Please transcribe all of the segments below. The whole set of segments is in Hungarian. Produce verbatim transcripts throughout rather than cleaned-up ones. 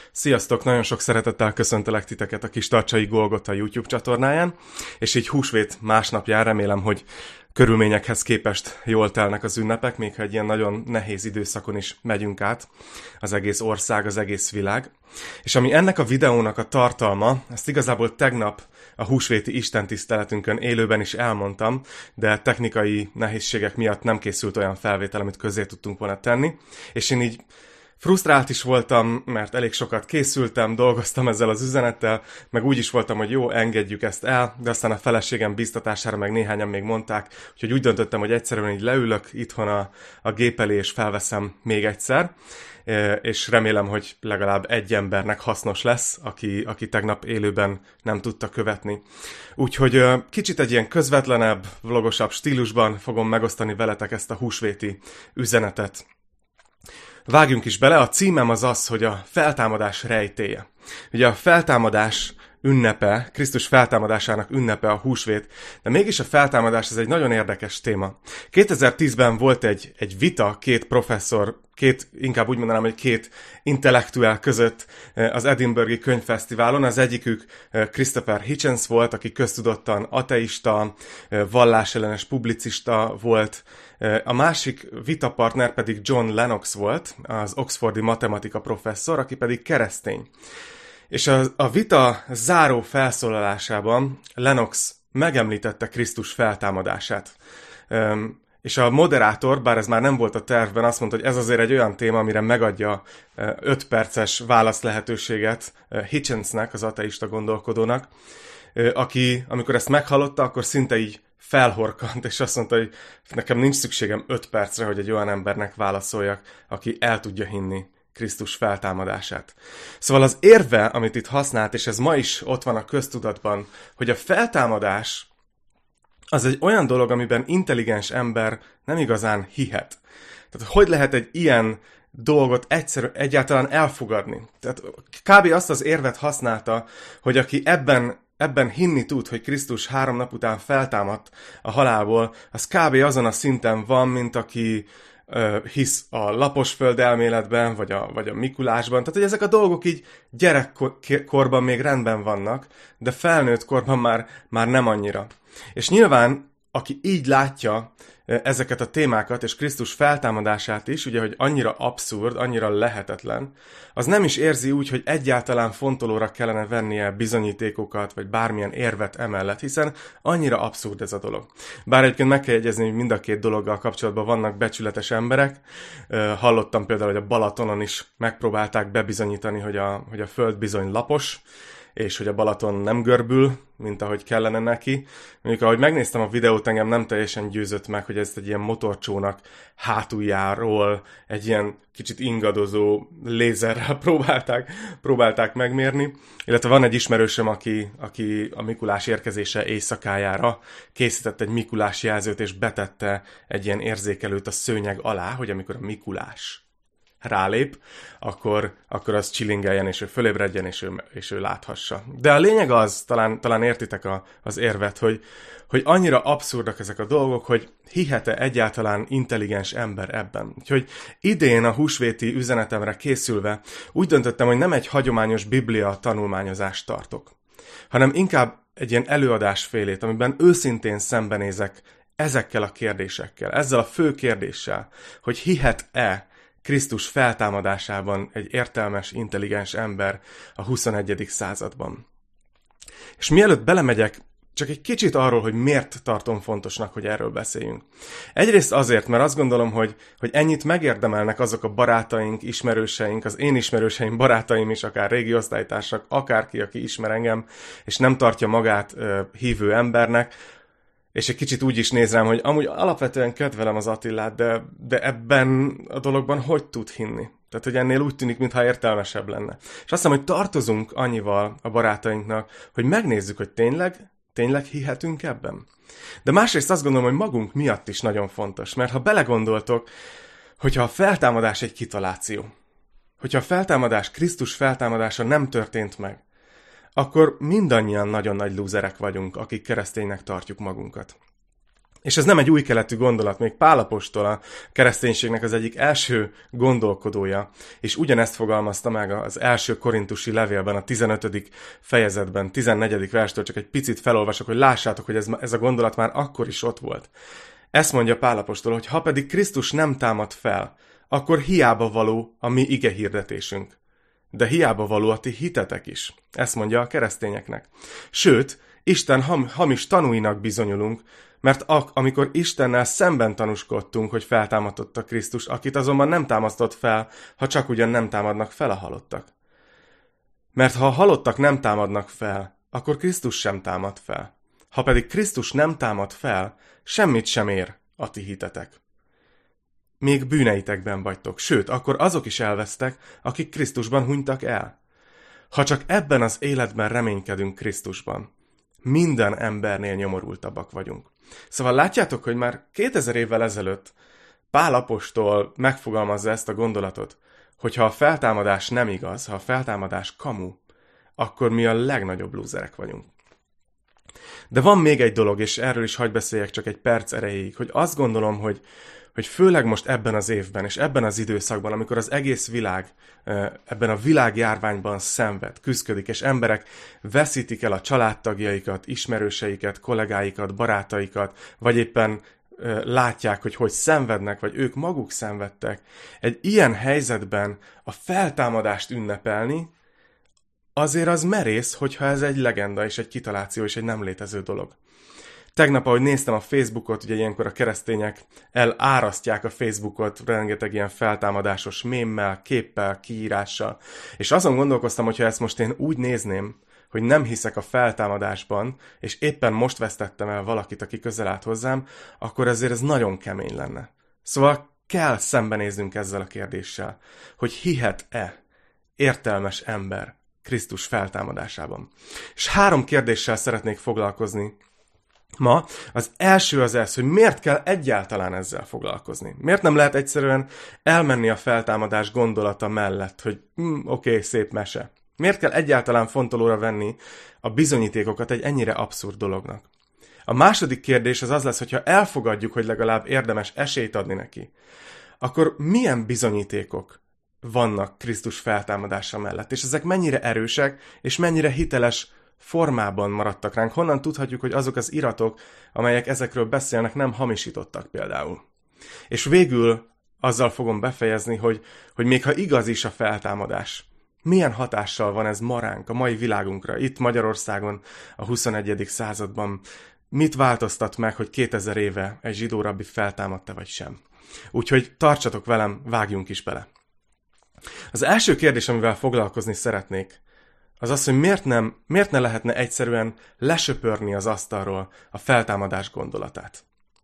Sziasztok! Nagyon sok szeretettel köszöntelek titeket a Kis Tarcsai Golgota YouTube csatornáján, és így húsvét másnapján remélem, hogy körülményekhez képest jól telnek az ünnepek, még ha egy ilyen nagyon nehéz időszakon is megyünk át, az egész ország, az egész világ. És ami ennek a videónak a tartalma, ezt igazából tegnap a húsvéti istentiszteletünkön élőben is elmondtam, de technikai nehézségek miatt nem készült olyan felvétel, amit közzé tudtunk volna tenni, és én így frusztrált is voltam, mert elég sokat készültem, dolgoztam ezzel az üzenettel, meg úgy is voltam, hogy jó, engedjük ezt el, de aztán a feleségem biztatására meg néhányan még mondták, úgyhogy úgy döntöttem, hogy egyszerűen így leülök itthon a, a gép elé, és felveszem még egyszer, és remélem, hogy legalább egy embernek hasznos lesz, aki, aki tegnap élőben nem tudta követni. Úgyhogy kicsit egy ilyen közvetlenebb, vlogosabb stílusban fogom megosztani veletek ezt a húsvéti üzenetet. Vágjunk is bele, a címem az az, hogy a feltámadás rejtélye. Ugye a feltámadás ünnepe, Krisztus feltámadásának ünnepe a húsvét, de mégis a feltámadás ez egy nagyon érdekes téma. kétezer-tízben volt egy, egy vita két professzor, két, inkább úgy mondanám, hogy két intellektuál között az Edinburghi Könyvfesztiválon. Az egyikük Christopher Hitchens volt, aki köztudottan ateista, vallásellenes publicista volt. A másik vitapartner pedig John Lennox volt, az oxfordi matematika professzor, aki pedig keresztény. És a, a vita záró felszólalásában Lennox megemlítette Krisztus feltámadását. Üm, és a moderátor, bár ez már nem volt a tervben, azt mondta, hogy ez azért egy olyan téma, amire megadja öt perces válasz lehetőséget Hitchensnek, az ateista gondolkodónak, aki, amikor ezt meghallotta, akkor szinte így felhorkant, és azt mondta, hogy nekem nincs szükségem öt percre, hogy egy olyan embernek válaszoljak, aki el tudja hinni Krisztus feltámadását. Szóval az érve, amit itt használt, és ez ma is ott van a köztudatban, hogy a feltámadás az egy olyan dolog, amiben intelligens ember nem igazán hihet. Tehát hogy lehet egy ilyen dolgot egyszerű, egyáltalán elfogadni? Tehát kb. Azt az érvet használta, hogy aki ebben Ebben hinni tud, hogy Krisztus három nap után feltámadt a halálból, az kb. Azon a szinten van, mint aki uh, hisz a laposföld elméletben, vagy a, vagy a Mikulásban. Tehát, hogy ezek a dolgok így gyerekkorban még rendben vannak, de felnőtt korban már, már nem annyira. És nyilván, aki így látja ezeket a témákat, és Krisztus feltámadását is, ugye, hogy annyira abszurd, annyira lehetetlen, az nem is érzi úgy, hogy egyáltalán fontolóra kellene vennie bizonyítékokat, vagy bármilyen érvet emellett, hiszen annyira abszurd ez a dolog. Bár egyébként meg kell jegyezni, hogy mind a két dologgal kapcsolatban vannak becsületes emberek. Hallottam például, hogy a Balatonon is megpróbálták bebizonyítani, hogy a, hogy a föld bizony lapos, és hogy a Balaton nem görbül, mint ahogy kellene neki. Mondjuk, ahogy megnéztem a videót, engem nem teljesen győzött meg, hogy ezt egy ilyen motorcsónak hátuljáról egy ilyen kicsit ingadozó lézerrel próbálták, próbálták megmérni. Illetve van egy ismerősöm, aki, aki a Mikulás érkezése éjszakájára készített egy Mikulás jelzőt, és betette egy ilyen érzékelőt a szőnyeg alá, hogy amikor a Mikulás rálép, akkor, akkor az csilingeljen, és ő fölébredjen, és ő, és ő láthassa. De a lényeg az, talán, talán értitek a, az érvet, hogy, hogy annyira abszurdak ezek a dolgok, hogy hihet-e egyáltalán intelligens ember ebben. Úgyhogy idén a húsvéti üzenetemre készülve úgy döntöttem, hogy nem egy hagyományos biblia tanulmányozást tartok, hanem inkább egy ilyen előadásfélét, amiben őszintén szembenézek ezekkel a kérdésekkel, ezzel a fő kérdéssel, hogy hihet-e Krisztus feltámadásában egy értelmes, intelligens ember a huszonegyedik században. És mielőtt belemegyek, csak egy kicsit arról, hogy miért tartom fontosnak, hogy erről beszéljünk. Egyrészt azért, mert azt gondolom, hogy, hogy ennyit megérdemelnek azok a barátaink, ismerőseink, az én ismerőseim, barátaim is, akár régi osztálytársak, akárki, aki ismer engem, és nem tartja magát uh, hívő embernek, és egy kicsit úgy is néz rám, hogy amúgy alapvetően kedvelem az Attilát, de, de ebben a dologban hogy tud hinni? Tehát, hogy ennél úgy tűnik, mintha értelmesebb lenne. És azt hiszem, hogy tartozunk annyival a barátainknak, hogy megnézzük, hogy tényleg, tényleg hihetünk ebben. De másrészt azt gondolom, hogy magunk miatt is nagyon fontos, mert ha belegondoltok, hogyha a feltámadás egy kitaláció, hogyha a feltámadás, Krisztus feltámadása nem történt meg, akkor mindannyian nagyon nagy lúzerek vagyunk, akik kereszténynek tartjuk magunkat. És ez nem egy új keletű gondolat, még Pál apostol a kereszténységnek az egyik első gondolkodója, és ugyanezt fogalmazta meg az első korintusi levélben, a tizenötödik fejezetben, tizennegyedik verstől csak egy picit felolvasok, hogy lássátok, hogy ez, ez a gondolat már akkor is ott volt. Ezt mondja Pál apostol, hogy ha pedig Krisztus nem támad fel, akkor hiába való a mi ige hirdetésünk. De hiába való a ti hitetek is. Ezt mondja a keresztényeknek. Sőt, Isten ham, hamis tanúinak bizonyulunk, mert ak- amikor Istennel szemben tanúskodtunk, hogy feltámadott a Krisztus, akit azonban nem támasztott fel, ha csak ugyan nem támadnak fel a halottak. Mert ha a halottak nem támadnak fel, akkor Krisztus sem támad fel. Ha pedig Krisztus nem támad fel, semmit sem ér a ti hitetek. Még bűneitekben vagytok, sőt, akkor azok is elvesztek, akik Krisztusban hunytak el. Ha csak ebben az életben reménykedünk Krisztusban, minden embernél nyomorultabbak vagyunk. Szóval látjátok, hogy már kétezer évvel ezelőtt Pál apostol megfogalmazza ezt a gondolatot, hogy ha a feltámadás nem igaz, ha a feltámadás kamu, akkor mi a legnagyobb lúzerek vagyunk. De van még egy dolog, és erről is hadd beszéljek csak egy perc erejéig, hogy azt gondolom, hogy, hogy főleg most ebben az évben, és ebben az időszakban, amikor az egész világ ebben a világjárványban szenved, küszködik, és emberek veszítik el a családtagjaikat, ismerőseiket, kollégáikat, barátaikat, vagy éppen látják, hogy hogy szenvednek, vagy ők maguk szenvedtek. Egy ilyen helyzetben a feltámadást ünnepelni, azért az merész, hogyha ez egy legenda, és egy kitaláció, és egy nem létező dolog. Tegnap, ahogy néztem a Facebookot, ugye ilyenkor a keresztények elárasztják a Facebookot rengeteg ilyen feltámadásos mémmel, képpel, kiírással, és azon gondolkoztam, hogyha ezt most én úgy nézném, hogy nem hiszek a feltámadásban, és éppen most vesztettem el valakit, aki közel állt hozzám, akkor ezért ez nagyon kemény lenne. Szóval kell szembenéznünk ezzel a kérdéssel, hogy hihet-e értelmes ember Krisztus feltámadásában. És három kérdéssel szeretnék foglalkozni ma. Az első az ez, hogy miért kell egyáltalán ezzel foglalkozni. Miért nem lehet egyszerűen elmenni a feltámadás gondolata mellett, hogy hm, oké, okay, szép mese. Miért kell egyáltalán fontolóra venni a bizonyítékokat egy ennyire abszurd dolognak? A második kérdés az az lesz, hogyha elfogadjuk, hogy legalább érdemes esélyt adni neki, akkor milyen bizonyítékok vannak Krisztus feltámadása mellett, és ezek mennyire erősek, és mennyire hiteles formában maradtak ránk. Honnan tudhatjuk, hogy azok az iratok, amelyek ezekről beszélnek, nem hamisítottak például. És végül azzal fogom befejezni, hogy, hogy még ha igaz is a feltámadás, milyen hatással van ez ma ránk, a mai világunkra, itt Magyarországon, a huszonegyedik században, mit változtat meg, hogy kétezer éve egy zsidó rabbi feltámadta vagy sem. Úgyhogy tartsatok velem, vágjunk is bele. Az első kérdés, amivel foglalkozni szeretnék, az az, hogy miért, nem, miért ne lehetne egyszerűen lesöpörni az asztalról a feltámadás gondolatát.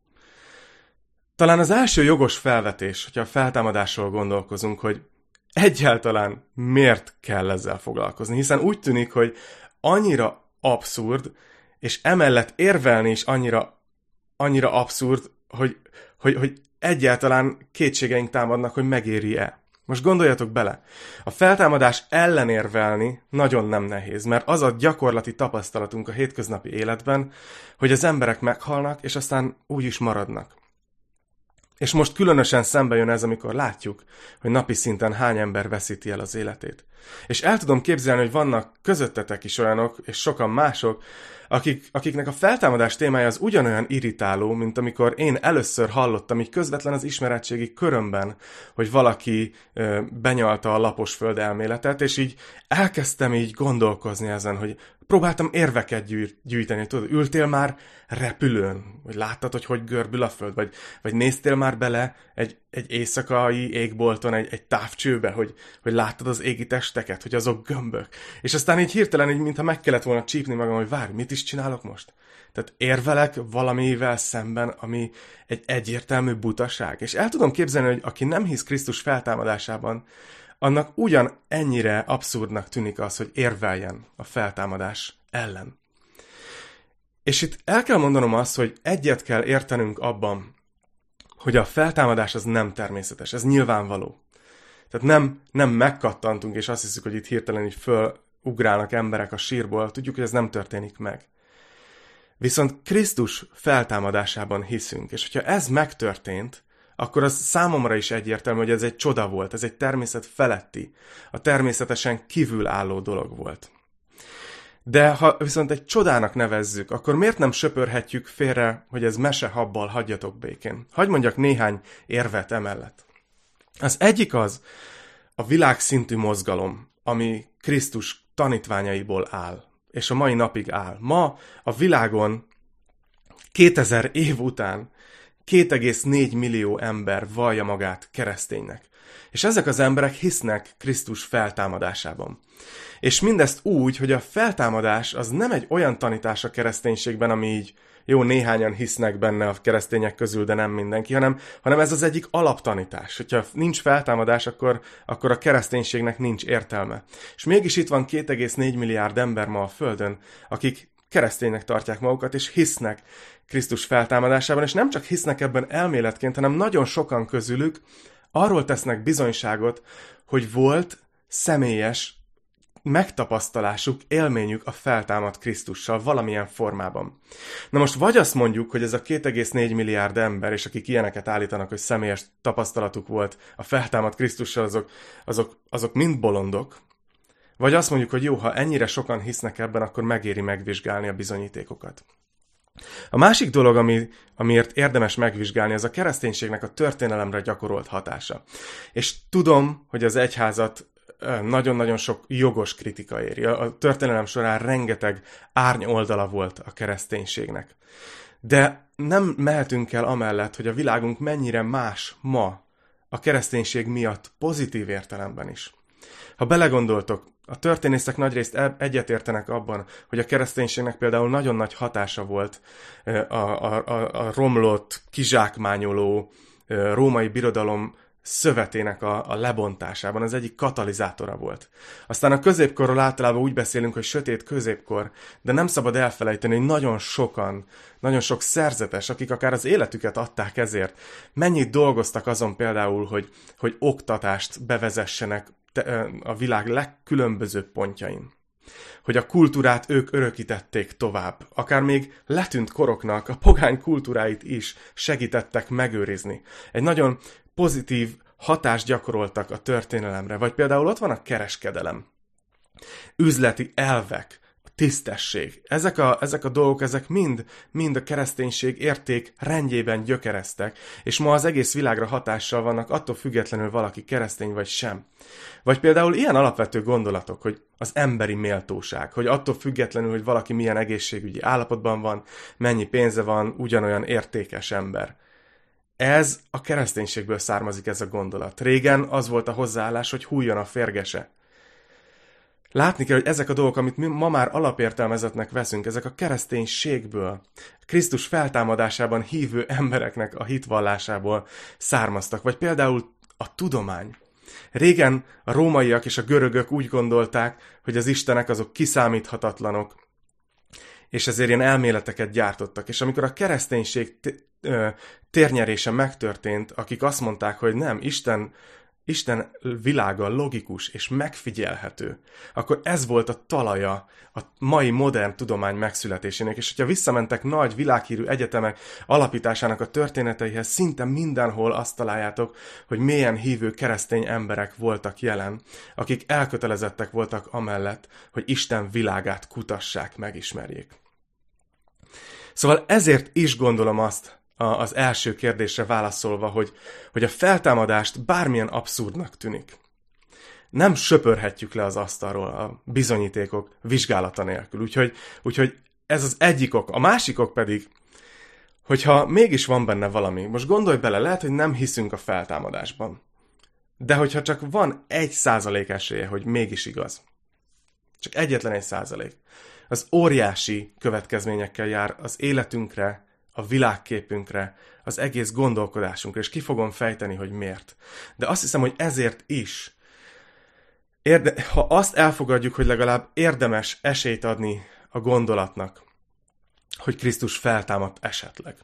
Talán az első jogos felvetés, hogyha a feltámadásról gondolkozunk, hogy egyáltalán miért kell ezzel foglalkozni, hiszen úgy tűnik, hogy annyira abszurd, és emellett érvelni is annyira, annyira abszurd, hogy, hogy, hogy egyáltalán kétségeink támadnak, hogy megéri-e. Most gondoljatok bele, a feltámadás ellen érvelni nagyon nem nehéz, mert az a gyakorlati tapasztalatunk a hétköznapi életben, hogy az emberek meghalnak, és aztán úgy is maradnak. És most különösen szembe jön ez, amikor látjuk, hogy napi szinten hány ember veszíti el az életét. És el tudom képzelni, hogy vannak közöttetek is olyanok, és sokan mások, akik, akiknek a feltámadás témája az ugyanolyan irritáló, mint amikor én először hallottam, így közvetlen az ismeretségi körömben, hogy valaki ö, benyalta a laposföld elméletet, és így elkezdtem így gondolkozni ezen, hogy próbáltam érveket gyűjteni. Tudod, ültél már repülőn? Vagy láttad, hogy hogy görbül a föld? Vagy, vagy néztél már bele egy, egy éjszakai égbolton, egy, egy távcsőbe, hogy, hogy láttad az égi testeket, hogy azok gömbök? És aztán így hirtelen, így, mintha meg kellett volna csípni magam, hogy várj, mit is csinálok most? Tehát érvelek valamivel szemben, ami egy egyértelmű butaság. És el tudom képzelni, hogy aki nem hisz Krisztus feltámadásában, annak ugyan ennyire abszurdnak tűnik az, hogy érveljen a feltámadás ellen. És itt el kell mondanom azt, hogy egyet kell értenünk abban, hogy a feltámadás az nem természetes, ez nyilvánvaló. Tehát nem, nem megkattantunk, és azt hiszük, hogy itt hirtelen így fölugrálnak emberek a sírból, tudjuk, hogy ez nem történik meg. Viszont Krisztus feltámadásában hiszünk, és hogyha ez megtörtént, akkor az számomra is egyértelmű, hogy ez egy csoda volt, ez egy természet feletti, a természetesen kívülálló dolog volt. De ha viszont egy csodának nevezzük, akkor miért nem söpörhetjük félre, hogy ez mesehabbal, hagyjatok békén? Hagy mondjak néhány érvet emellett. Az egyik az a világszintű mozgalom, ami Krisztus tanítványaiból áll, és a mai napig áll. Ma a világon kétezer év után két egész négy millió ember vallja magát kereszténynek. És ezek az emberek hisznek Krisztus feltámadásában. És mindezt úgy, hogy a feltámadás az nem egy olyan tanítás a kereszténységben, ami így jó, néhányan hisznek benne a keresztények közül, de nem mindenki, hanem, hanem ez az egyik alaptanítás. Hogyha nincs feltámadás, akkor, akkor a kereszténységnek nincs értelme. És mégis itt van két egész négy milliárd ember ma a Földön, akik kereszténynek tartják magukat, és hisznek Krisztus feltámadásában, és nem csak hisznek ebben elméletként, hanem nagyon sokan közülük arról tesznek bizonyságot, hogy volt személyes megtapasztalásuk, élményük a feltámadt Krisztussal valamilyen formában. Na most vagy azt mondjuk, hogy ez a két egész négy milliárd ember, és akik ilyeneket állítanak, hogy személyes tapasztalatuk volt a feltámadt Krisztussal, azok, azok, azok mind bolondok, vagy azt mondjuk, hogy jó, ha ennyire sokan hisznek ebben, akkor megéri megvizsgálni a bizonyítékokat. A másik dolog, ami, amiért érdemes megvizsgálni, az a kereszténységnek a történelemre gyakorolt hatása. És tudom, hogy az egyházat nagyon-nagyon sok jogos kritika éri. A történelem során rengeteg árnyoldala volt a kereszténységnek. De nem mehetünk el amellett, hogy a világunk mennyire más ma a kereszténység miatt pozitív értelemben is. Ha belegondoltok, a történészek nagyrészt egyetértenek abban, hogy a kereszténységnek például nagyon nagy hatása volt a, a, a, a romlott, kizsákmányoló római birodalom szövetének a, a lebontásában. Az egyik katalizátora volt. Aztán a középkorról általában úgy beszélünk, hogy sötét középkor, de nem szabad elfelejteni, hogy nagyon sokan, nagyon sok szerzetes, akik akár az életüket adták ezért, mennyit dolgoztak azon például, hogy, hogy oktatást bevezessenek a világ legkülönbözőbb pontjain. Hogy a kultúrát ők örökítették tovább. Akár még letűnt koroknak a pogány kultúráit is segítettek megőrizni. Egy nagyon pozitív hatást gyakoroltak a történelemre. Vagy például ott van a kereskedelem. Üzleti elvek, a tisztesség. Ezek a, ezek a dolgok, ezek mind, mind a kereszténység érték rendjében gyökereztek, és ma az egész világra hatással vannak, attól függetlenül valaki keresztény vagy sem. Vagy például ilyen alapvető gondolatok, hogy az emberi méltóság, hogy attól függetlenül, hogy valaki milyen egészségügyi állapotban van, mennyi pénze van, ugyanolyan értékes ember. Ez a kereszténységből származik ez a gondolat. Régen az volt a hozzáállás, hogy hújjon a férgese. Látni kell, hogy ezek a dolgok, amit mi ma már alapértelmezetnek veszünk, ezek a kereszténységből, Krisztus feltámadásában hívő embereknek a hitvallásából származtak. Vagy például a tudomány. Régen a rómaiak és a görögök úgy gondolták, hogy az istenek azok kiszámíthatatlanok, és ezért ilyen elméleteket gyártottak. És amikor a kereszténység térnyerése megtörtént, akik azt mondták, hogy nem, Isten, Isten világa logikus és megfigyelhető, akkor ez volt a talaja a mai modern tudomány megszületésének. És hogyha visszamentek nagy világhírű egyetemek alapításának a történeteihez, szinte mindenhol azt találjátok, hogy mélyen hívő keresztény emberek voltak jelen, akik elkötelezettek voltak amellett, hogy Isten világát kutassák, megismerjék. Szóval ezért is gondolom azt, az első kérdésre válaszolva, hogy, hogy a feltámadást bármilyen abszurdnak tűnik. Nem söpörhetjük le az asztalról a bizonyítékok vizsgálata nélkül. Úgyhogy, úgyhogy ez az egyik ok. A másik ok pedig, hogyha mégis van benne valami, most gondolj bele, lehet, hogy nem hiszünk a feltámadásban. De hogyha csak van egy százalék esélye, hogy mégis igaz. Csak egyetlen egy százalék. Az óriási következményekkel jár az életünkre, a világképünkre, az egész gondolkodásunkra, és ki fogom fejteni, hogy miért. De azt hiszem, hogy ezért is, érde- ha azt elfogadjuk, hogy legalább érdemes esélyt adni a gondolatnak, hogy Krisztus feltámadt esetleg.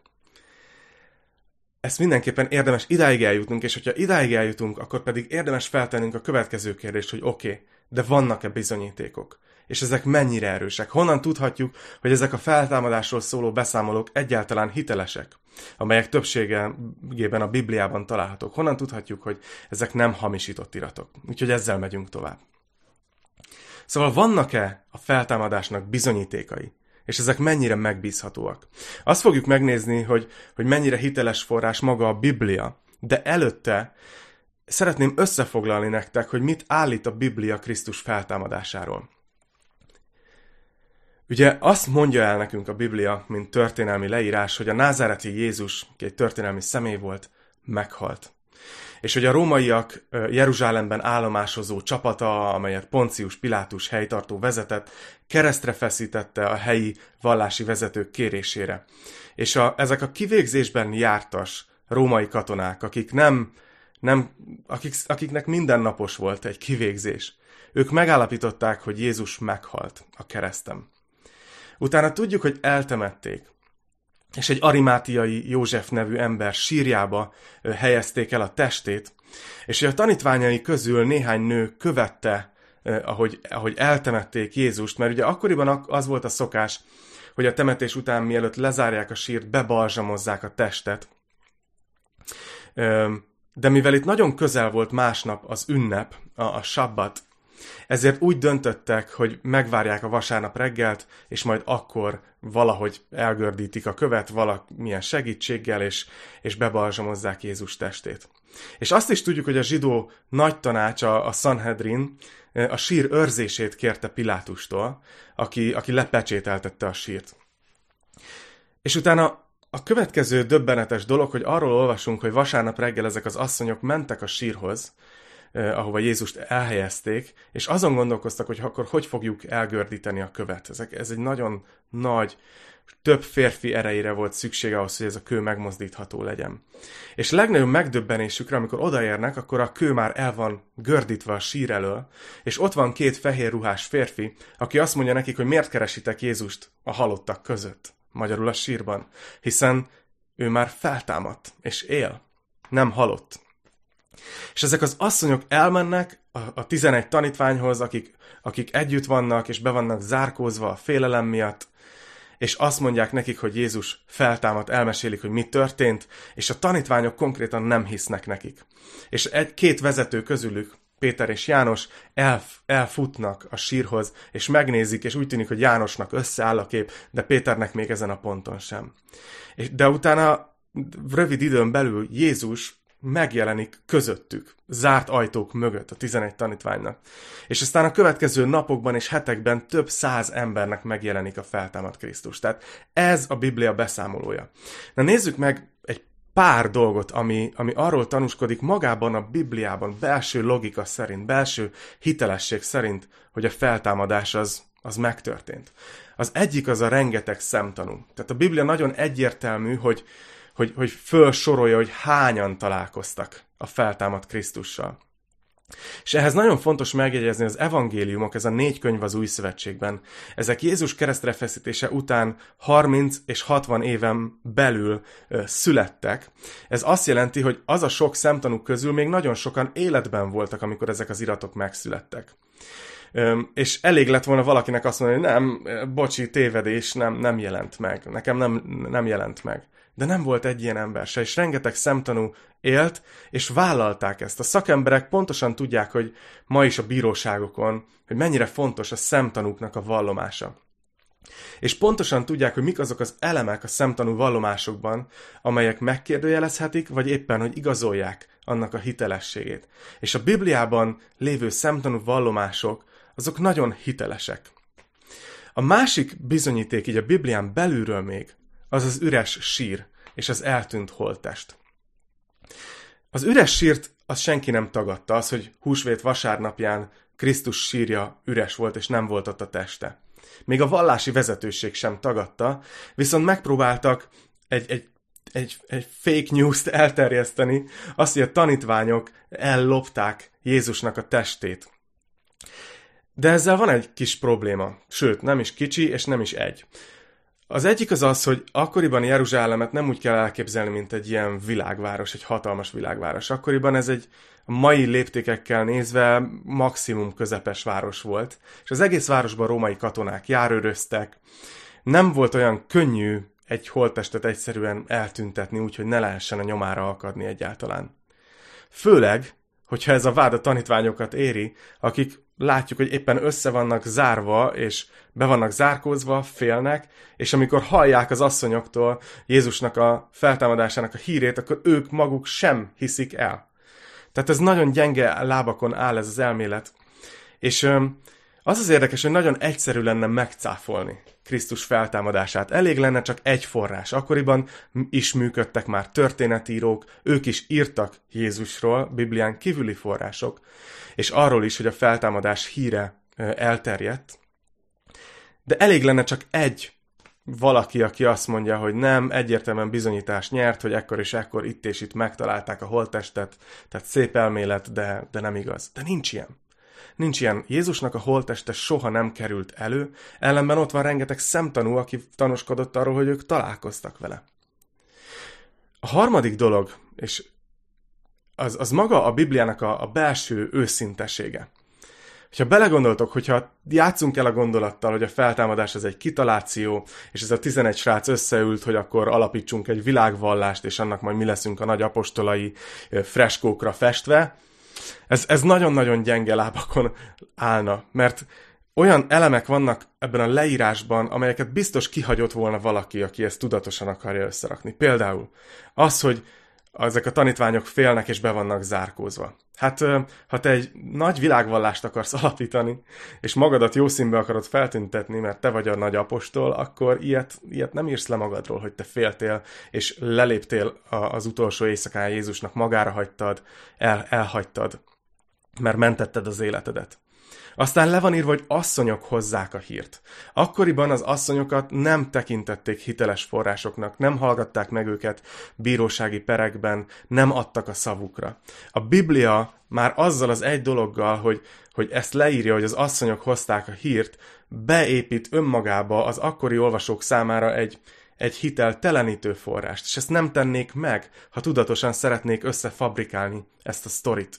Ezt mindenképpen érdemes idáig eljutnunk, és hogyha idáig eljutunk, akkor pedig érdemes feltennünk a következő kérdést, hogy oké, okay, de vannak-e bizonyítékok? és ezek mennyire erősek. Honnan tudhatjuk, hogy ezek a feltámadásról szóló beszámolók egyáltalán hitelesek, amelyek többségében a Bibliában találhatók. Honnan tudhatjuk, hogy ezek nem hamisított iratok. Úgyhogy ezzel megyünk tovább. Szóval vannak-e a feltámadásnak bizonyítékai? És ezek mennyire megbízhatóak? Azt fogjuk megnézni, hogy, hogy mennyire hiteles forrás maga a Biblia, de előtte szeretném összefoglalni nektek, hogy mit állít a Biblia Krisztus feltámadásáról. Ugye azt mondja el nekünk a Biblia, mint történelmi leírás, hogy a názáreti Jézus, aki egy történelmi személy volt, meghalt. És hogy a rómaiak Jeruzsálemben állomásozó csapata, amelyet Poncius Pilátus helytartó vezetett, keresztre feszítette a helyi vallási vezetők kérésére. És a, ezek a kivégzésben jártas római katonák, akik nem, nem, akik, akiknek mindennapos volt egy kivégzés, ők megállapították, hogy Jézus meghalt a kereszten. Utána tudjuk, hogy eltemették, és egy arimátiai József nevű ember sírjába helyezték el a testét, és a tanítványai közül néhány nő követte, ahogy, ahogy eltemették Jézust, mert ugye akkoriban az volt a szokás, hogy a temetés után, mielőtt lezárják a sírt, bebalzsamozzák a testet. De mivel itt nagyon közel volt másnap az ünnep, a, a sabbat, ezért úgy döntöttek, hogy megvárják a vasárnap reggelt, és majd akkor valahogy elgördítik a követ valamilyen segítséggel, és, és bebalzsamozzák Jézus testét. És azt is tudjuk, hogy a zsidó nagy tanács, a, a Sanhedrin, a sír őrzését kérte Pilátustól, aki, aki lepecsételtette a sírt. És utána a következő döbbenetes dolog, hogy arról olvasunk, hogy vasárnap reggel ezek az asszonyok mentek a sírhoz, eh, ahova Jézust elhelyezték, és azon gondolkoztak, hogy akkor hogy fogjuk elgördíteni a követ. Ezek, ez egy nagyon nagy, több férfi erejére volt szüksége ahhoz, hogy ez a kő megmozdítható legyen. És legnagyobb megdöbbenésükre, amikor odaérnek, akkor a kő már el van gördítve a sír elől, és ott van két fehér ruhás férfi, aki azt mondja nekik, hogy miért keresitek Jézust a halottak között, magyarul a sírban, hiszen ő már feltámadt, és él, nem halott. És ezek az asszonyok elmennek a, a tizenegy tanítványhoz, akik, akik együtt vannak, és be vannak zárkózva a félelem miatt, és azt mondják nekik, hogy Jézus feltámadt, elmesélik, hogy mi történt, és a tanítványok konkrétan nem hisznek nekik. És egy-két vezető közülük, Péter és János elf, elfutnak a sírhoz, és megnézik, és úgy tűnik, hogy Jánosnak összeáll a kép, de Péternek még ezen a ponton sem. De utána rövid időn belül Jézus megjelenik közöttük, zárt ajtók mögött a tizenegy tanítványnak. És aztán a következő napokban és hetekben több száz embernek megjelenik a feltámadt Krisztus. Tehát ez a Biblia beszámolója. Na nézzük meg egy pár dolgot, ami, ami arról tanúskodik magában a Bibliában, belső logika szerint, belső hitelesség szerint, hogy a feltámadás az, az megtörtént. Az egyik az a rengeteg szemtanú. Tehát a Biblia nagyon egyértelmű, hogy Hogy, hogy fölsorolja, hogy hányan találkoztak a feltámadt Krisztussal. És ehhez nagyon fontos megjegyezni, az evangéliumok, ez a négy könyv az Új Szövetségben, ezek Jézus keresztre feszítése után harminc és hatvan éven belül ö, születtek. Ez azt jelenti, hogy az a sok szemtanú közül még nagyon sokan életben voltak, amikor ezek az iratok megszülettek. Ö, és elég lett volna valakinek azt mondani, hogy nem, bocsi, tévedés, nem, nem jelent meg, nekem nem, nem jelent meg. De nem volt egy ilyen ember se, és rengeteg szemtanú élt, és vállalták ezt. A szakemberek pontosan tudják, hogy ma is a bíróságokon, hogy mennyire fontos a szemtanúknak a vallomása. És pontosan tudják, hogy mik azok az elemek a szemtanú vallomásokban, amelyek megkérdőjelezhetik, vagy éppen, hogy igazolják annak a hitelességét. És a Bibliában lévő szemtanú vallomások, azok nagyon hitelesek. A másik bizonyíték így a Biblián belülről még, az az üres sír és az eltűnt holttest. Az üres sírt az senki nem tagadta, az, hogy húsvét vasárnapján Krisztus sírja üres volt, és nem volt ott a teste. Még a vallási vezetőség sem tagadta, viszont megpróbáltak egy, egy, egy, egy fake news-t elterjeszteni, azt, hogy a tanítványok ellopták Jézusnak a testét. De ezzel van egy kis probléma, sőt, nem is kicsi, és nem is egy. Az egyik az az, hogy akkoriban Jeruzsálemet nem úgy kell elképzelni, mint egy ilyen világváros, egy hatalmas világváros. Akkoriban ez egy a mai léptékekkel nézve maximum közepes város volt, és az egész városban római katonák járőröztek. Nem volt olyan könnyű egy holttestet egyszerűen eltüntetni, úgyhogy ne lehessen a nyomára akadni egyáltalán. Főleg, hogyha ez a vád a tanítványokat éri, akik látjuk, hogy éppen össze vannak zárva, és be vannak zárkózva, félnek, és amikor hallják az asszonyoktól Jézusnak a feltámadásának a hírét, akkor ők maguk sem hiszik el. Tehát ez nagyon gyenge lábakon áll ez az elmélet. És az az érdekes, hogy nagyon egyszerű lenne megcáfolni Krisztus feltámadását. Elég lenne csak egy forrás. Akkoriban is működtek már történetírók, ők is írtak Jézusról, Biblián kívüli források, és arról is, hogy a feltámadás híre elterjedt. De elég lenne csak egy valaki, aki azt mondja, hogy nem, egyértelműen bizonyítás nyert, hogy ekkor és ekkor itt és itt megtalálták a holttestet, tehát szép elmélet, de, de nem igaz. De nincs ilyen. Nincs ilyen. Jézusnak a holtteste soha nem került elő, ellenben ott van rengeteg szemtanú, aki tanúskodott arról, hogy ők találkoztak vele. A harmadik dolog, és az, az maga a Bibliának a, a belső őszintesége. Ha belegondoltok, hogyha játszunk el a gondolattal, hogy a feltámadás az egy kitaláció, és ez a tizenegy srác összeült, hogy akkor alapítsunk egy világvallást, és annak majd mi leszünk a nagy apostolai freskókra festve, ez, ez nagyon-nagyon gyenge lábakon állna, mert olyan elemek vannak ebben a leírásban, amelyeket biztos kihagyott volna valaki, aki ezt tudatosan akarja összerakni. Például az, hogy ezek a tanítványok félnek és be vannak zárkózva. Hát, ha te egy nagy világvallást akarsz alapítani, és magadat jó színbe akarod feltüntetni, mert te vagy a nagy apostol, akkor ilyet, ilyet nem írsz le magadról, hogy te féltél, és leléptél az utolsó éjszakán Jézusnak, magára hagytad, el, elhagytad, mert mentetted az életedet. Aztán le van írva, hogy asszonyok hozzák a hírt. Akkoriban az asszonyokat nem tekintették hiteles forrásoknak, nem hallgatták meg őket bírósági perekben, nem adtak a szavukra. A Biblia már azzal az egy dologgal, hogy, hogy ezt leírja, hogy az asszonyok hozták a hírt, beépít önmagába az akkori olvasók számára egy, egy hiteltelenítő forrást, és ezt nem tennék meg, ha tudatosan szeretnék összefabrikálni ezt a sztorit.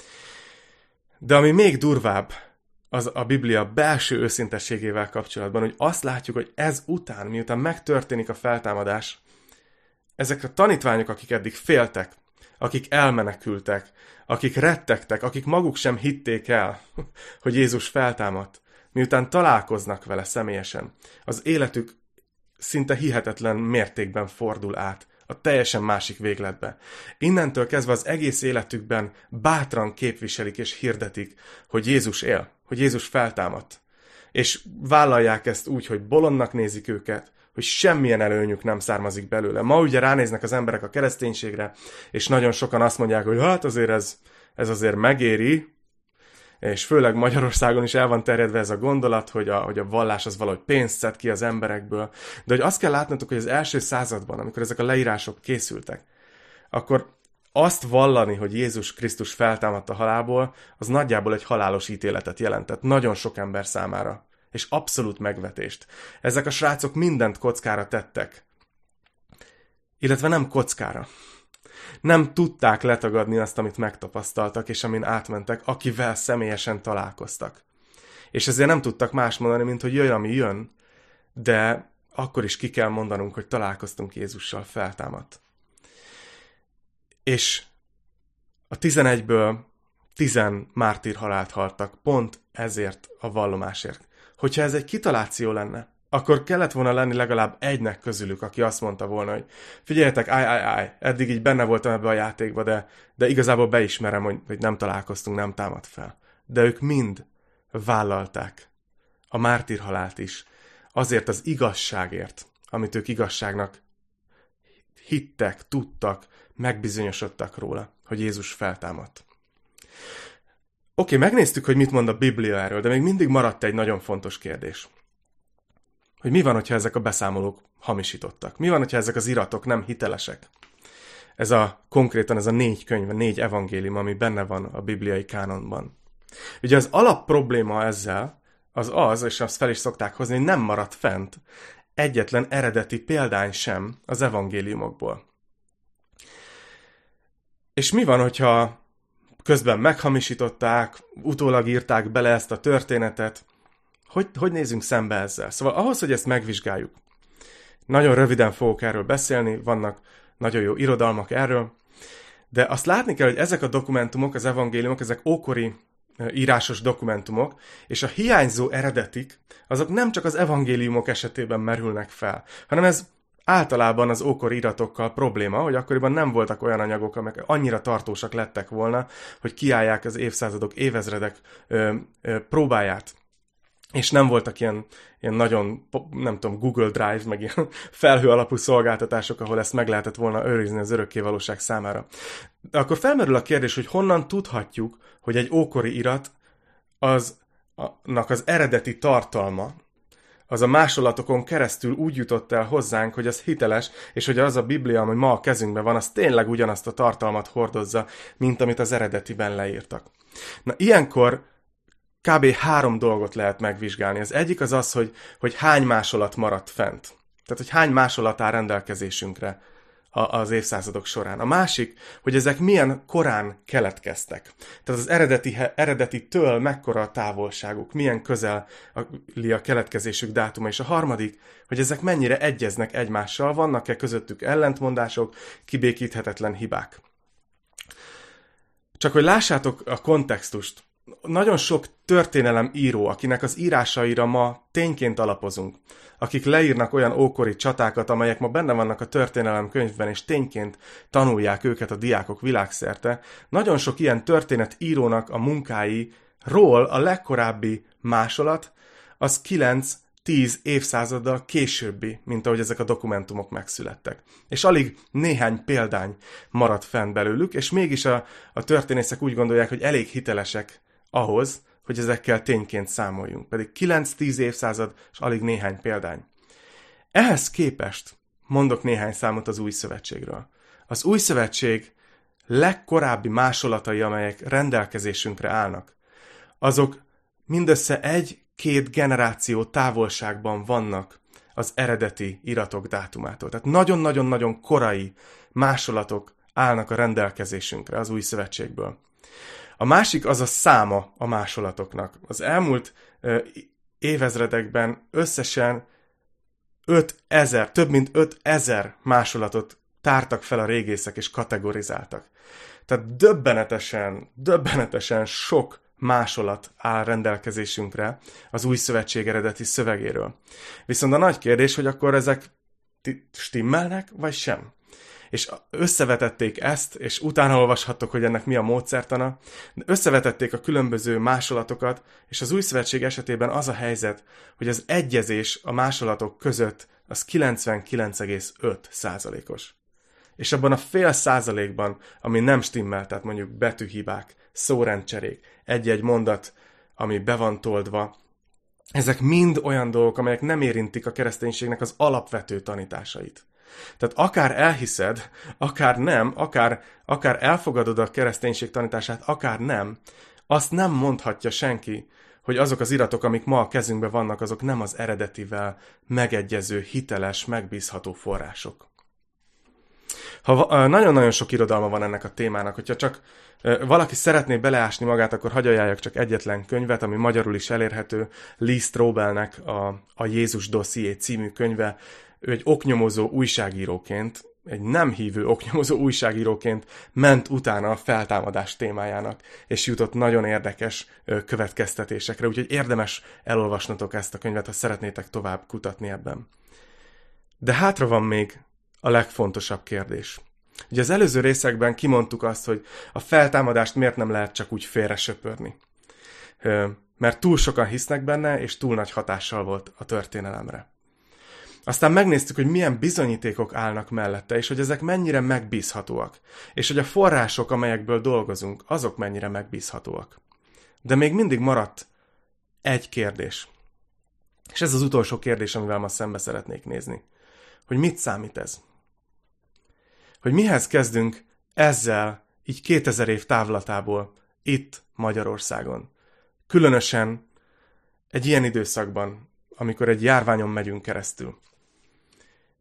De ami még durvább, az a Biblia belső őszintességével kapcsolatban, hogy azt látjuk, hogy ez után, miután megtörténik a feltámadás, ezek a tanítványok, akik eddig féltek, akik elmenekültek, akik rettegtek, akik maguk sem hitték el, hogy Jézus feltámadt, miután találkoznak vele személyesen, az életük szinte hihetetlen mértékben fordul át a teljesen másik végletbe. Innentől kezdve az egész életükben bátran képviselik és hirdetik, hogy Jézus él, hogy Jézus feltámadt. És vállalják ezt úgy, hogy bolondnak nézik őket, hogy semmilyen előnyük nem származik belőle. Ma ugye ránéznek az emberek a kereszténységre, és nagyon sokan azt mondják, hogy hát azért ez, ez azért megéri, és főleg Magyarországon is el van terjedve ez a gondolat, hogy a, hogy a vallás az valahogy pénzt szed ki az emberekből. De hogy azt kell látnotok, hogy az első században, amikor ezek a leírások készültek, akkor azt vallani, hogy Jézus Krisztus feltámadt a halálból, az nagyjából egy halálos ítéletet jelentett nagyon sok ember számára. És abszolút megvetést. Ezek a srácok mindent kockára tettek. Illetve nem kockára. Nem tudták letagadni azt, amit megtapasztaltak, és amin átmentek, akivel személyesen találkoztak. És ezért nem tudtak más mondani, mint hogy jöjj, ami jön, de akkor is ki kell mondanunk, hogy találkoztunk Jézussal, feltámadt. És a tizenegyből tizen mártír halált haltak, pont ezért a vallomásért. Hogyha ez egy kitaláció lenne, akkor kellett volna lenni legalább egynek közülük, aki azt mondta volna, hogy figyeljetek, állj, állj, állj, eddig így benne voltam ebbe a játékba, de, de igazából beismerem, hogy, hogy nem találkoztunk, nem támad fel. De ők mind vállalták a mártírhalált is, azért az igazságért, amit ők igazságnak hittek, tudtak, megbizonyosodtak róla, hogy Jézus feltámadt. Oké, megnéztük, hogy mit mond a Biblia erről, de még mindig maradt egy nagyon fontos kérdés. Hogy mi van, hogyha ezek a beszámolók hamisítottak? Mi van, hogyha ezek az iratok nem hitelesek? Ez a konkrétan ez a négy könyv, a négy evangélium, ami benne van a bibliai kánonban. Ugye az alap probléma ezzel az az, és azt fel is szokták hozni, hogy nem maradt fent egyetlen eredeti példány sem az evangéliumokból. És mi van, hogyha közben meghamisították, utólag írták bele ezt a történetet? Hogy, hogy nézünk szembe ezzel? Szóval ahhoz, hogy ezt megvizsgáljuk, nagyon röviden fogok erről beszélni, vannak nagyon jó irodalmak erről, de azt látni kell, hogy ezek a dokumentumok, az evangéliumok, ezek ókori írásos dokumentumok, és a hiányzó eredetik, azok nem csak az evangéliumok esetében merülnek fel, hanem ez általában az ókori iratokkal probléma, hogy akkoriban nem voltak olyan anyagok, amelyek annyira tartósak lettek volna, hogy kiállják az évszázadok, évezredek ö, ö, próbáját. És nem voltak ilyen, ilyen nagyon, nem tudom, Google Drive, meg ilyen felhő alapú szolgáltatások, ahol ezt meg lehetett volna őrizni az örökké valóság számára. De akkor felmerül a kérdés, hogy honnan tudhatjuk, hogy egy ókori irat az, annak az eredeti tartalma, az a másolatokon keresztül úgy jutott el hozzánk, hogy az hiteles, és hogy az a Biblia, ami ma a kezünkben van, az tényleg ugyanazt a tartalmat hordozza, mint amit az eredetiben leírtak. Na, ilyenkor kb. három dolgot lehet megvizsgálni. Az egyik az az, hogy, hogy hány másolat maradt fent. Tehát, hogy hány másolat áll rendelkezésünkre az évszázadok során. A másik, hogy ezek milyen korán keletkeztek. Tehát az eredeti, eredetitől mekkora a távolságuk, milyen közeli a keletkezésük dátuma. És a harmadik, hogy ezek mennyire egyeznek egymással, vannak-e közöttük ellentmondások, kibékíthetetlen hibák. Csak hogy lássátok a kontextust, nagyon sok történelem író, akinek az írásaira ma tényként alapozunk, akik leírnak olyan ókori csatákat, amelyek ma benne vannak a történelem könyvben, és tényként tanulják őket a diákok világszerte, nagyon sok ilyen történetírónak a munkáiról a legkorábbi másolat az kilenc-tíz évszázaddal későbbi, mint ahogy ezek a dokumentumok megszülettek. És alig néhány példány maradt fenn belőlük, és mégis a, a történészek úgy gondolják, hogy elég hitelesek ahhoz, hogy ezekkel tényként számoljunk. Pedig kilenc-tíz évszázad, és alig néhány példány. Ehhez képest mondok néhány számot az Új Szövetségről. Az Új Szövetség legkorábbi másolatai, amelyek rendelkezésünkre állnak, azok mindössze egy-két generáció távolságban vannak az eredeti iratok dátumától. Tehát nagyon-nagyon-nagyon korai másolatok állnak a rendelkezésünkre az Új Szövetségből. A másik az a száma a másolatoknak. Az elmúlt ö, évezredekben összesen ötezer, több mint ötezer másolatot tártak fel a régészek és kategorizáltak. Tehát döbbenetesen, döbbenetesen sok másolat áll rendelkezésünkre az Új Szövetség eredeti szövegéről. Viszont a nagy kérdés, hogy akkor ezek stimmelnek, vagy sem? És összevetették ezt, és utána olvashattok, hogy ennek mi a módszertana, de összevetették a különböző másolatokat, és az Új Szövetség esetében az a helyzet, hogy az egyezés a másolatok között az kilencvenkilenc egész öt százalékos. És abban a fél százalékban, ami nem stimmel, tehát mondjuk betűhibák, szórendcserék, egy-egy mondat, ami be van toldva, ezek mind olyan dolgok, amelyek nem érintik a kereszténységnek az alapvető tanításait. Tehát akár elhiszed, akár nem, akár, akár elfogadod a kereszténység tanítását, akár nem, azt nem mondhatja senki, hogy azok az iratok, amik ma a kezünkben vannak, azok nem az eredetivel megegyező, hiteles, megbízható források. Ha nagyon-nagyon sok irodalma van ennek a témának, hogyha csak valaki szeretné beleásni magát, akkor hadd ajánljak csak egyetlen könyvet, ami magyarul is elérhető, Lee Strobelnek a, a Jézus dosszié című könyve. Ő egy oknyomozó újságíróként, egy nem hívő oknyomozó újságíróként ment utána a feltámadás témájának, és jutott nagyon érdekes következtetésekre, úgyhogy érdemes elolvasnotok ezt a könyvet, ha szeretnétek tovább kutatni ebben. De hátra van még a legfontosabb kérdés. Ugye az előző részekben kimondtuk azt, hogy a feltámadást miért nem lehet csak úgy félre söpörni. Mert túl sokan hisznek benne, és túl nagy hatással volt a történelemre. Aztán megnéztük, hogy milyen bizonyítékok állnak mellette, és hogy ezek mennyire megbízhatóak, és hogy a források, amelyekből dolgozunk, azok mennyire megbízhatóak. De még mindig maradt egy kérdés. És ez az utolsó kérdés, amivel ma szembe szeretnék nézni. Hogy mit számít ez? Hogy mihez kezdünk ezzel, így kétezer év távlatából, itt Magyarországon. Különösen egy ilyen időszakban, amikor egy járványon megyünk keresztül.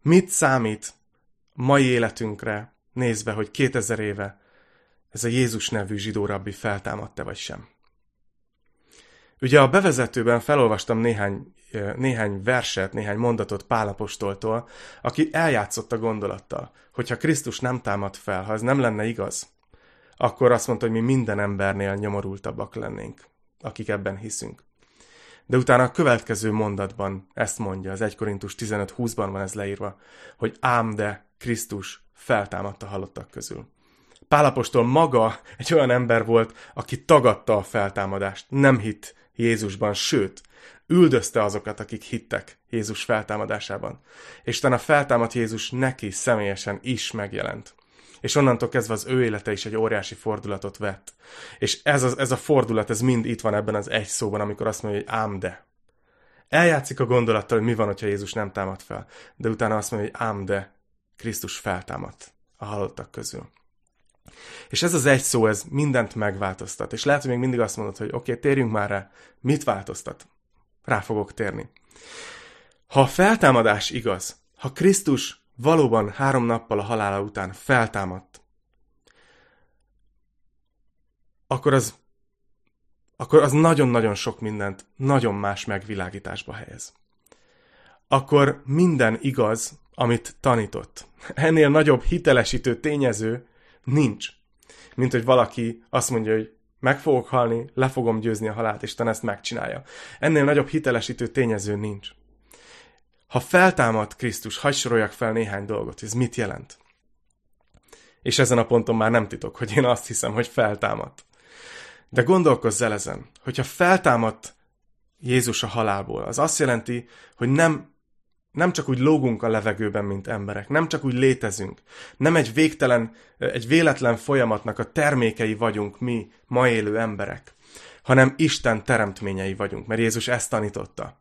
Mit számít mai életünkre nézve, hogy kétezer éve ez a Jézus nevű zsidó rabbi feltámadta vagy sem? Ugye a bevezetőben felolvastam néhány, néhány verset, néhány mondatot Pál apostoltól, aki eljátszott a gondolattal, hogyha Krisztus nem támad fel, ha ez nem lenne igaz, akkor azt mondta, hogy mi minden embernél nyomorultabbak lennénk, akik ebben hiszünk. De utána a következő mondatban ezt mondja, az egy Korintus tizenöt húszban van ez leírva, hogy ám de Krisztus feltámadt a halottak közül. Pál apostol maga egy olyan ember volt, aki tagadta a feltámadást, nem hitt Jézusban, sőt, üldözte azokat, akik hittek Jézus feltámadásában. És utána feltámadt Jézus neki személyesen is megjelent. És onnantól kezdve az ő élete is egy óriási fordulatot vett. És ez a, ez a fordulat, ez mind itt van ebben az egy szóban, amikor azt mondja, hogy ám de. Eljátszik a gondolattal, hogy mi van, hogyha Jézus nem támad fel. De utána azt mondja, hogy ám de Krisztus feltámadt a halottak közül. És ez az egy szó, ez mindent megváltoztat. És lehet, hogy még mindig azt mondod, hogy oké, okay, térjünk már rá. Mit változtat? Rá fogok térni. Ha a feltámadás igaz, ha Krisztus valóban három nappal a halála után feltámadt, akkor az, akkor az nagyon-nagyon sok mindent nagyon más megvilágításba helyez. Akkor minden igaz, amit tanított. Ennél nagyobb hitelesítő tényező nincs. Mint hogy valaki azt mondja, hogy meg fogok halni, le fogom győzni a halált, és ezt megcsinálja. Ennél nagyobb hitelesítő tényező nincs. Ha feltámad Krisztus, hadd soroljak fel néhány dolgot, ez mit jelent? És ezen a ponton már nem titok, hogy én azt hiszem, hogy feltámadt. De gondolkozz el ezen, hogyha feltámadt Jézus a halálból, az azt jelenti, hogy nem Nem csak úgy lógunk a levegőben, mint emberek, nem csak úgy létezünk, nem egy végtelen, egy véletlen folyamatnak a termékei vagyunk mi, ma élő emberek, hanem Isten teremtményei vagyunk, mert Jézus ezt tanította.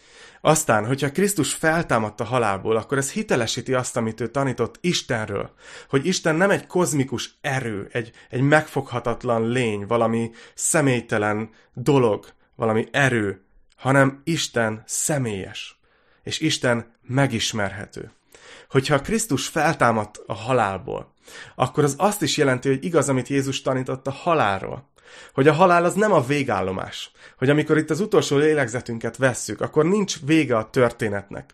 Aztán, hogyha Krisztus feltámadt a halálból, akkor ez hitelesíti azt, amit ő tanított Istenről, hogy Isten nem egy kozmikus erő, egy, egy megfoghatatlan lény, valami személytelen dolog, valami erő, hanem Isten személyes. És Isten megismerhető. Hogyha Krisztus feltámadt a halálból, akkor az azt is jelenti, hogy igaz, amit Jézus tanított a halálról. Hogy a halál az nem a végállomás. Hogy amikor itt az utolsó lélegzetünket vesszük, akkor nincs vége a történetnek.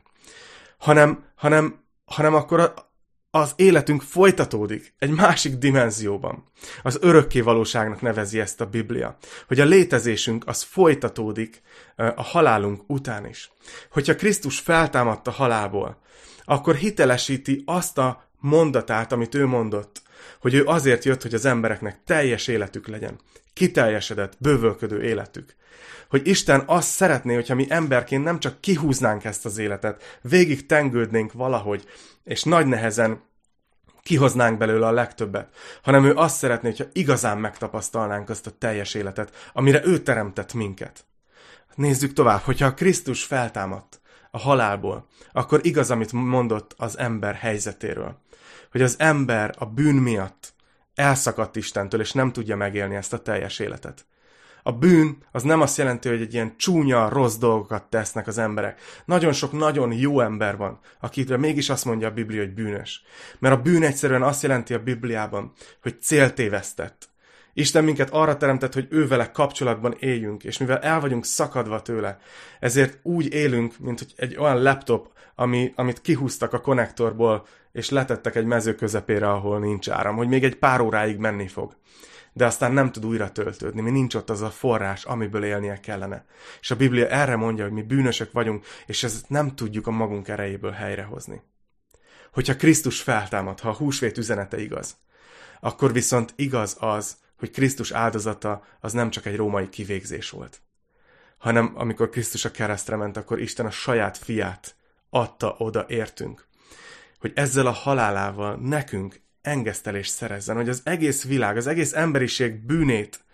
Hanem, hanem, hanem akkor a, az életünk folytatódik egy másik dimenzióban. Az örökké valóságnak nevezi ezt a Biblia. Hogy a létezésünk az folytatódik a halálunk után is. Hogyha Krisztus feltámadt a halálból, akkor hitelesíti azt a mondatát, amit ő mondott, hogy ő azért jött, hogy az embereknek teljes életük legyen. Kiteljesedett, bővölködő életük. Hogy Isten azt szeretné, hogyha mi emberként nem csak kihúznánk ezt az életet, végig tengődnénk valahogy, és nagy nehezen kihoznánk belőle a legtöbbet, hanem ő azt szeretné, hogyha igazán megtapasztalnánk azt a teljes életet, amire ő teremtett minket. Nézzük tovább, hogyha a Krisztus feltámadt a halálból, akkor igaz, amit mondott az ember helyzetéről. Hogy az ember a bűn miatt elszakadt Istentől, és nem tudja megélni ezt a teljes életet. A bűn az nem azt jelenti, hogy egy ilyen csúnya, rossz dolgokat tesznek az emberek. Nagyon sok nagyon jó ember van, akikre mégis azt mondja a Biblia, hogy bűnös. Mert a bűn egyszerűen azt jelenti a Bibliában, hogy céltévesztett. Isten minket arra teremtett, hogy ővele kapcsolatban éljünk, és mivel el vagyunk szakadva tőle, ezért úgy élünk, mint hogy egy olyan laptop, ami, amit kihúztak a konnektorból, és letettek egy mező közepére, ahol nincs áram, hogy még egy pár óráig menni fog. De aztán nem tud újra töltődni, mi nincs ott az a forrás, amiből élnie kellene. És a Biblia erre mondja, hogy mi bűnösök vagyunk, és ezt nem tudjuk a magunk erejéből helyrehozni. Hogyha Krisztus feltámad, ha a húsvét üzenete igaz, akkor viszont igaz az, hogy Krisztus áldozata az nem csak egy római kivégzés volt, hanem amikor Krisztus a keresztre ment, akkor Isten a saját fiát adta oda értünk, hogy ezzel a halálával nekünk engesztelést szerezzen, hogy az egész világ, az egész emberiség bűnét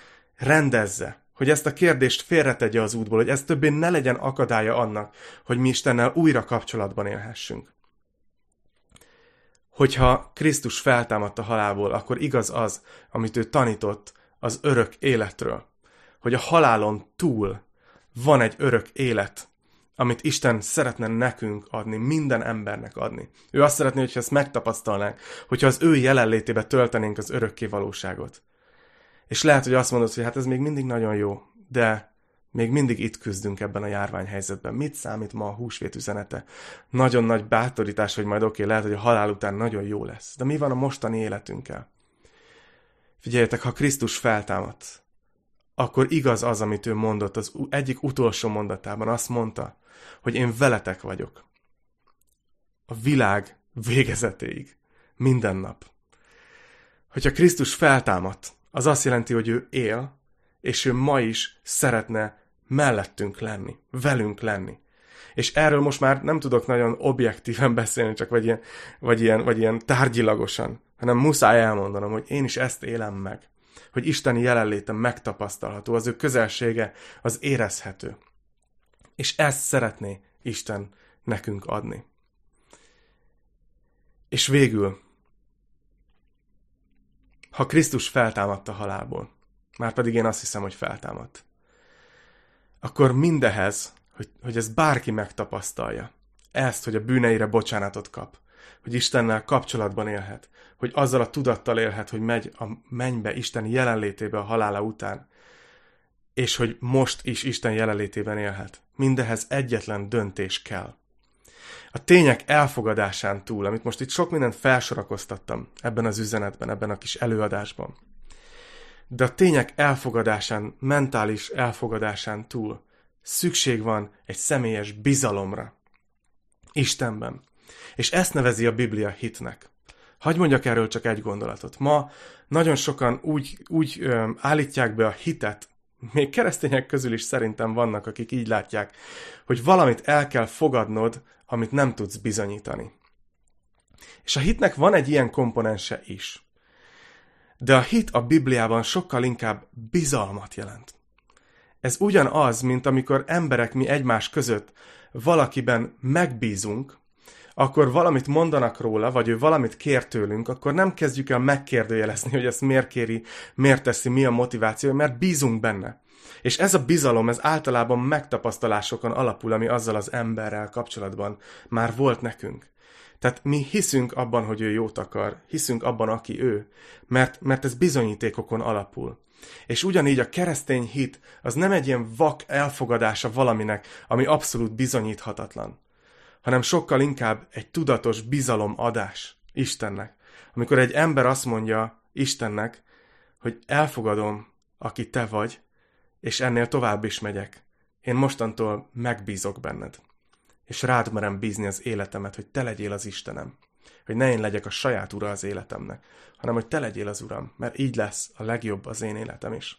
rendezze, hogy ezt a kérdést félretegye az útból, hogy ez többé ne legyen akadálya annak, hogy mi Istennel újra kapcsolatban élhessünk. Hogyha Krisztus feltámadt a halálból, akkor igaz az, amit ő tanított az örök életről, hogy a halálon túl van egy örök élet, amit Isten szeretne nekünk adni, minden embernek adni. Ő azt szeretné, hogyha ezt megtapasztalnánk, hogyha az ő jelenlétébe töltenénk az örökké valóságot. És lehet, hogy azt mondod, hogy hát ez még mindig nagyon jó, de még mindig itt küzdünk ebben a járványhelyzetben. Mit számít ma a húsvét üzenete? Nagyon nagy bátorítás, hogy majd oké, okay, lehet, hogy a halál után nagyon jó lesz. De mi van a mostani életünkkel? Figyeljetek, ha Krisztus feltámadt, akkor igaz az, amit ő mondott az egyik utolsó mondatában. Azt mondta, hogy én veletek vagyok. A világ végezetéig. Minden nap. Hogyha Krisztus feltámadt, az azt jelenti, hogy ő él, és ő ma is szeretne mellettünk lenni, velünk lenni. És erről most már nem tudok nagyon objektíven beszélni, csak vagy ilyen, vagy ilyen, vagy ilyen tárgyilagosan, hanem muszáj elmondanom, hogy én is ezt élem meg. Hogy isteni jelenléte megtapasztalható, az ő közelsége az érezhető. És ezt szeretné Isten nekünk adni. És végül, ha Krisztus feltámadt a halálból, már pedig én azt hiszem, hogy feltámadt, akkor mindehez, hogy, hogy ez bárki megtapasztalja, ezt, hogy a bűneire bocsánatot kap, hogy Istennel kapcsolatban élhet, hogy azzal a tudattal élhet, hogy megy a mennybe Isten jelenlétébe a halála után, és hogy most is Isten jelenlétében élhet. Mindehez egyetlen döntés kell. A tények elfogadásán túl, amit most itt sok mindent felsorakoztattam ebben az üzenetben, ebben a kis előadásban, de a tények elfogadásán, mentális elfogadásán túl szükség van egy személyes bizalomra Istenben. És ezt nevezi a Biblia hitnek. Hadd mondjak erről csak egy gondolatot. Ma nagyon sokan úgy, úgy ö, állítják be a hitet, még keresztények közül is szerintem vannak, akik így látják, hogy valamit el kell fogadnod, amit nem tudsz bizonyítani. És a hitnek van egy ilyen komponense is. De a hit a Bibliában sokkal inkább bizalmat jelent. Ez ugyanaz, mint amikor emberek mi egymás között valakiben megbízunk, akkor valamit mondanak róla, vagy ő valamit kér tőlünk, akkor nem kezdjük el megkérdőjelezni, hogy ezt miért kéri, miért teszi, mi a motiváció, mert bízunk benne. És ez a bizalom, ez általában megtapasztalásokon alapul, ami azzal az emberrel kapcsolatban már volt nekünk. Tehát mi hiszünk abban, hogy ő jót akar, hiszünk abban, aki ő, mert, mert ez bizonyítékokon alapul. És ugyanígy a keresztény hit az nem egy ilyen vak elfogadása valaminek, ami abszolút bizonyíthatatlan, hanem sokkal inkább egy tudatos bizalomadás Istennek. Amikor egy ember azt mondja Istennek, hogy elfogadom, aki te vagy, és ennél tovább is megyek. Én mostantól megbízok benned. És rád merem bízni az életemet, hogy te legyél az Istenem. Hogy ne én legyek a saját ura az életemnek, hanem hogy te legyél az Uram, mert így lesz a legjobb az én életem is.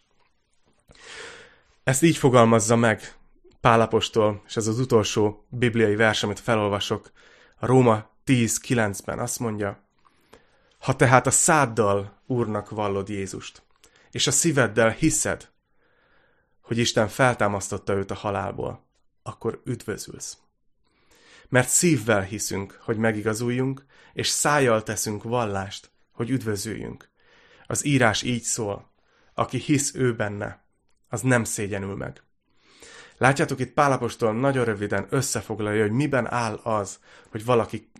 Ezt így fogalmazza meg Pál apostol, és ez az utolsó bibliai vers, amit felolvasok, a Róma tíz kilencben azt mondja, ha tehát a száddal Úrnak vallod Jézust, és a szíveddel hiszed, hogy Isten feltámasztotta őt a halálból, akkor üdvözülsz. Mert szívvel hiszünk, hogy megigazuljunk, és szájjal teszünk vallást, hogy üdvözüljünk. Az írás így szól, aki hisz ő benne, az nem szégyenül meg. Látjátok, itt Pál apostol nagyon röviden összefoglalja, hogy miben áll az, hogy valaki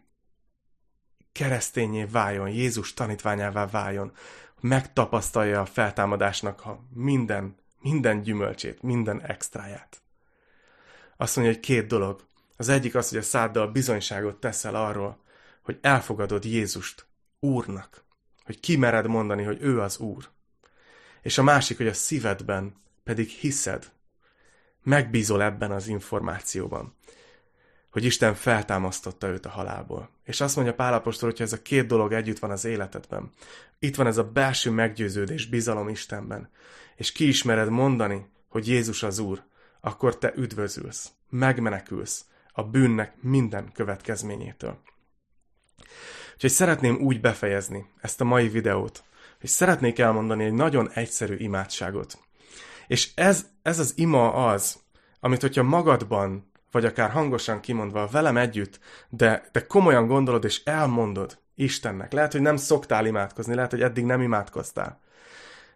keresztényé váljon, Jézus tanítványává váljon, megtapasztalja a feltámadásnak a minden, minden gyümölcsét, minden extráját. Azt mondja, hogy két dolog. Az egyik az, hogy a száddal bizonyságot teszel arról, hogy elfogadod Jézust Úrnak, hogy kimered mondani, hogy ő az Úr. És a másik, hogy a szívedben pedig hiszed, megbízol ebben az információban, hogy Isten feltámasztotta őt a halálból. És azt mondja Pál apostol, hogyha ez a két dolog együtt van az életedben, itt van ez a belső meggyőződés, bizalom Istenben, és kiismered mondani, hogy Jézus az Úr, akkor te üdvözülsz, megmenekülsz a bűnnek minden következményétől. Úgyhogy szeretném úgy befejezni ezt a mai videót, hogy szeretnék elmondani egy nagyon egyszerű imádságot. És ez, ez az ima az, amit hogyha magadban, vagy akár hangosan kimondva velem együtt, de, de komolyan gondolod és elmondod Istennek. Lehet, hogy nem szoktál imádkozni, lehet, hogy eddig nem imádkoztál.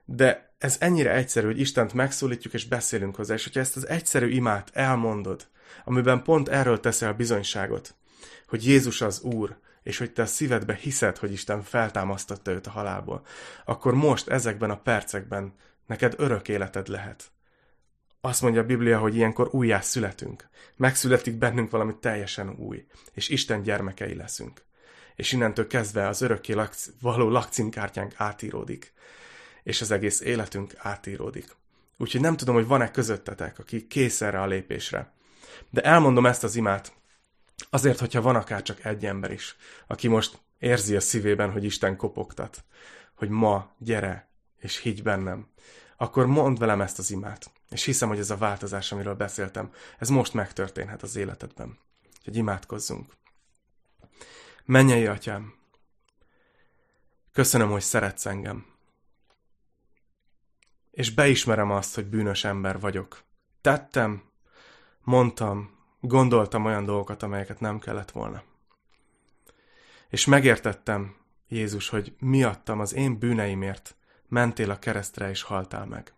De ez ennyire egyszerű, hogy Istent megszólítjuk és beszélünk hozzá, és hogyha ezt az egyszerű imát elmondod, amiben pont erről teszel bizonyságot, hogy Jézus az Úr, és hogy te a szívedbe hiszed, hogy Isten feltámasztotta őt a halálból, akkor most ezekben a percekben neked örök életed lehet. Azt mondja a Biblia, hogy ilyenkor újjá születünk. Megszületik bennünk valami teljesen új, és Isten gyermekei leszünk. És innentől kezdve az örökké lakc- való lakcímkártyánk átíródik, és az egész életünk átíródik. Úgyhogy nem tudom, hogy van-e közöttetek, aki kész erre a lépésre. De elmondom ezt az imát, azért, hogyha van akár csak egy ember is, aki most érzi a szívében, hogy Isten kopogtat, hogy ma gyere, és higgy bennem, akkor mondd velem ezt az imát. És hiszem, hogy ez a változás, amiről beszéltem, ez most megtörténhet az életedben. Úgyhogy imádkozzunk. Mennyei Atyám, köszönöm, hogy szeretsz engem. És beismerem azt, hogy bűnös ember vagyok. Tettem, mondtam, gondoltam olyan dolgokat, amelyeket nem kellett volna. És megértettem, Jézus, hogy miattam, az én bűneimért mentél a keresztre és haltál meg.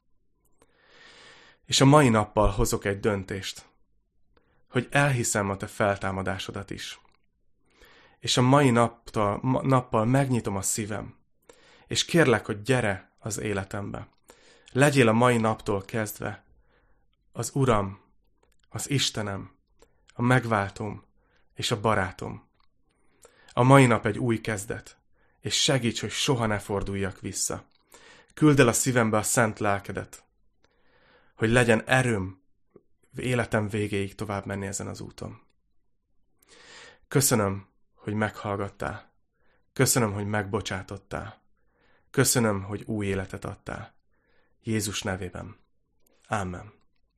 És a mai nappal hozok egy döntést, hogy elhiszem a te feltámadásodat is. És a mai naptal, nappal megnyitom a szívem, és kérlek, hogy gyere az életembe. Legyél a mai naptól kezdve az Uram, az Istenem, a megváltom és a barátom. A mai nap egy új kezdet, és segíts, hogy soha ne forduljak vissza. Küld el a szívembe a szent lelkedet, hogy legyen erőm életem végéig tovább menni ezen az úton. Köszönöm, hogy meghallgattál. Köszönöm, hogy megbocsátottál. Köszönöm, hogy új életet adtál. Jézus nevében. Ámen.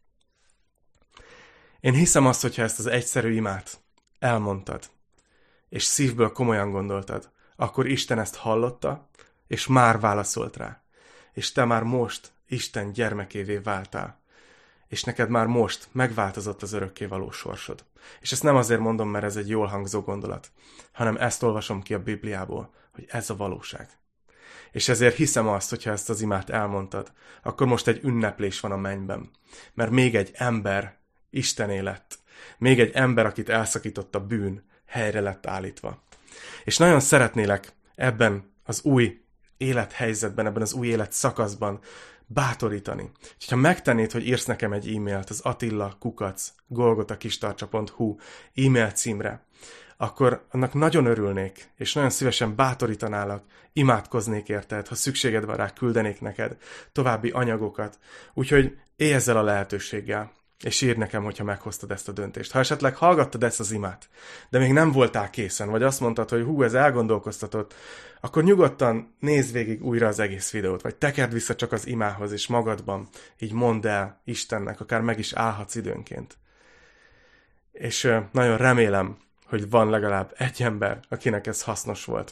Én hiszem azt, hogyha ezt az egyszerű imát elmondtad, és szívből komolyan gondoltad, akkor Isten ezt hallotta, és már válaszolt rá. És te már most Isten gyermekévé váltál. És neked már most megváltozott az örökkévaló sorsod. És ezt nem azért mondom, mert ez egy jól hangzó gondolat, hanem ezt olvasom ki a Bibliából, hogy ez a valóság. És ezért hiszem azt, hogyha ezt az imát elmondtad, akkor most egy ünneplés van a mennyben. Mert még egy ember Istené lett. Még egy ember, akit elszakított a bűn, helyre lett állítva. És nagyon szeretnélek ebben az új élethelyzetben, ebben az új életszakaszban bátorítani. Ha megtennéd, hogy írsz nekem egy e-mailt az attila kukac golgotakistarcsa pont hu e-mail címre, akkor annak nagyon örülnék, és nagyon szívesen bátorítanálak, imádkoznék érted, ha szükséged van rá, küldenék neked további anyagokat. Úgyhogy élj ezzel a lehetőséggel, és írd nekem, hogyha meghoztad ezt a döntést. Ha esetleg hallgattad ezt az imát, de még nem voltál készen, vagy azt mondtad, hogy hú, ez elgondolkoztatott, akkor nyugodtan nézd végig újra az egész videót, vagy tekerd vissza csak az imához, és magadban így mondd el Istennek, akár meg is állhatsz időnként. És nagyon remélem, hogy van legalább egy ember, akinek ez hasznos volt.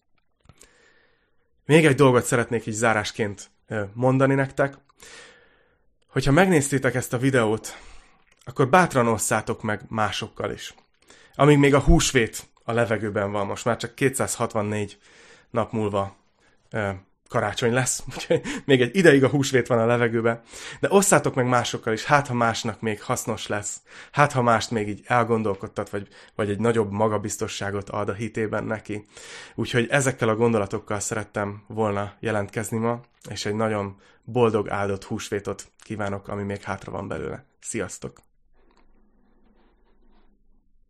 Még egy dolgot szeretnék így zárásként mondani nektek, hogyha megnéztétek ezt a videót, akkor bátran osszátok meg másokkal is. Amíg még a húsvét a levegőben van, most már csak kétszázhatvannégy nap múlva karácsony lesz, úgyhogy még egy ideig a húsvét van a levegőben, de osszátok meg másokkal is, hát ha másnak még hasznos lesz, hát ha mást még így elgondolkodtat, vagy, vagy egy nagyobb magabiztosságot ad a hitében neki. Úgyhogy ezekkel a gondolatokkal szerettem volna jelentkezni ma, és egy nagyon boldog, áldott húsvétot kívánok, ami még hátra van belőle. Sziasztok!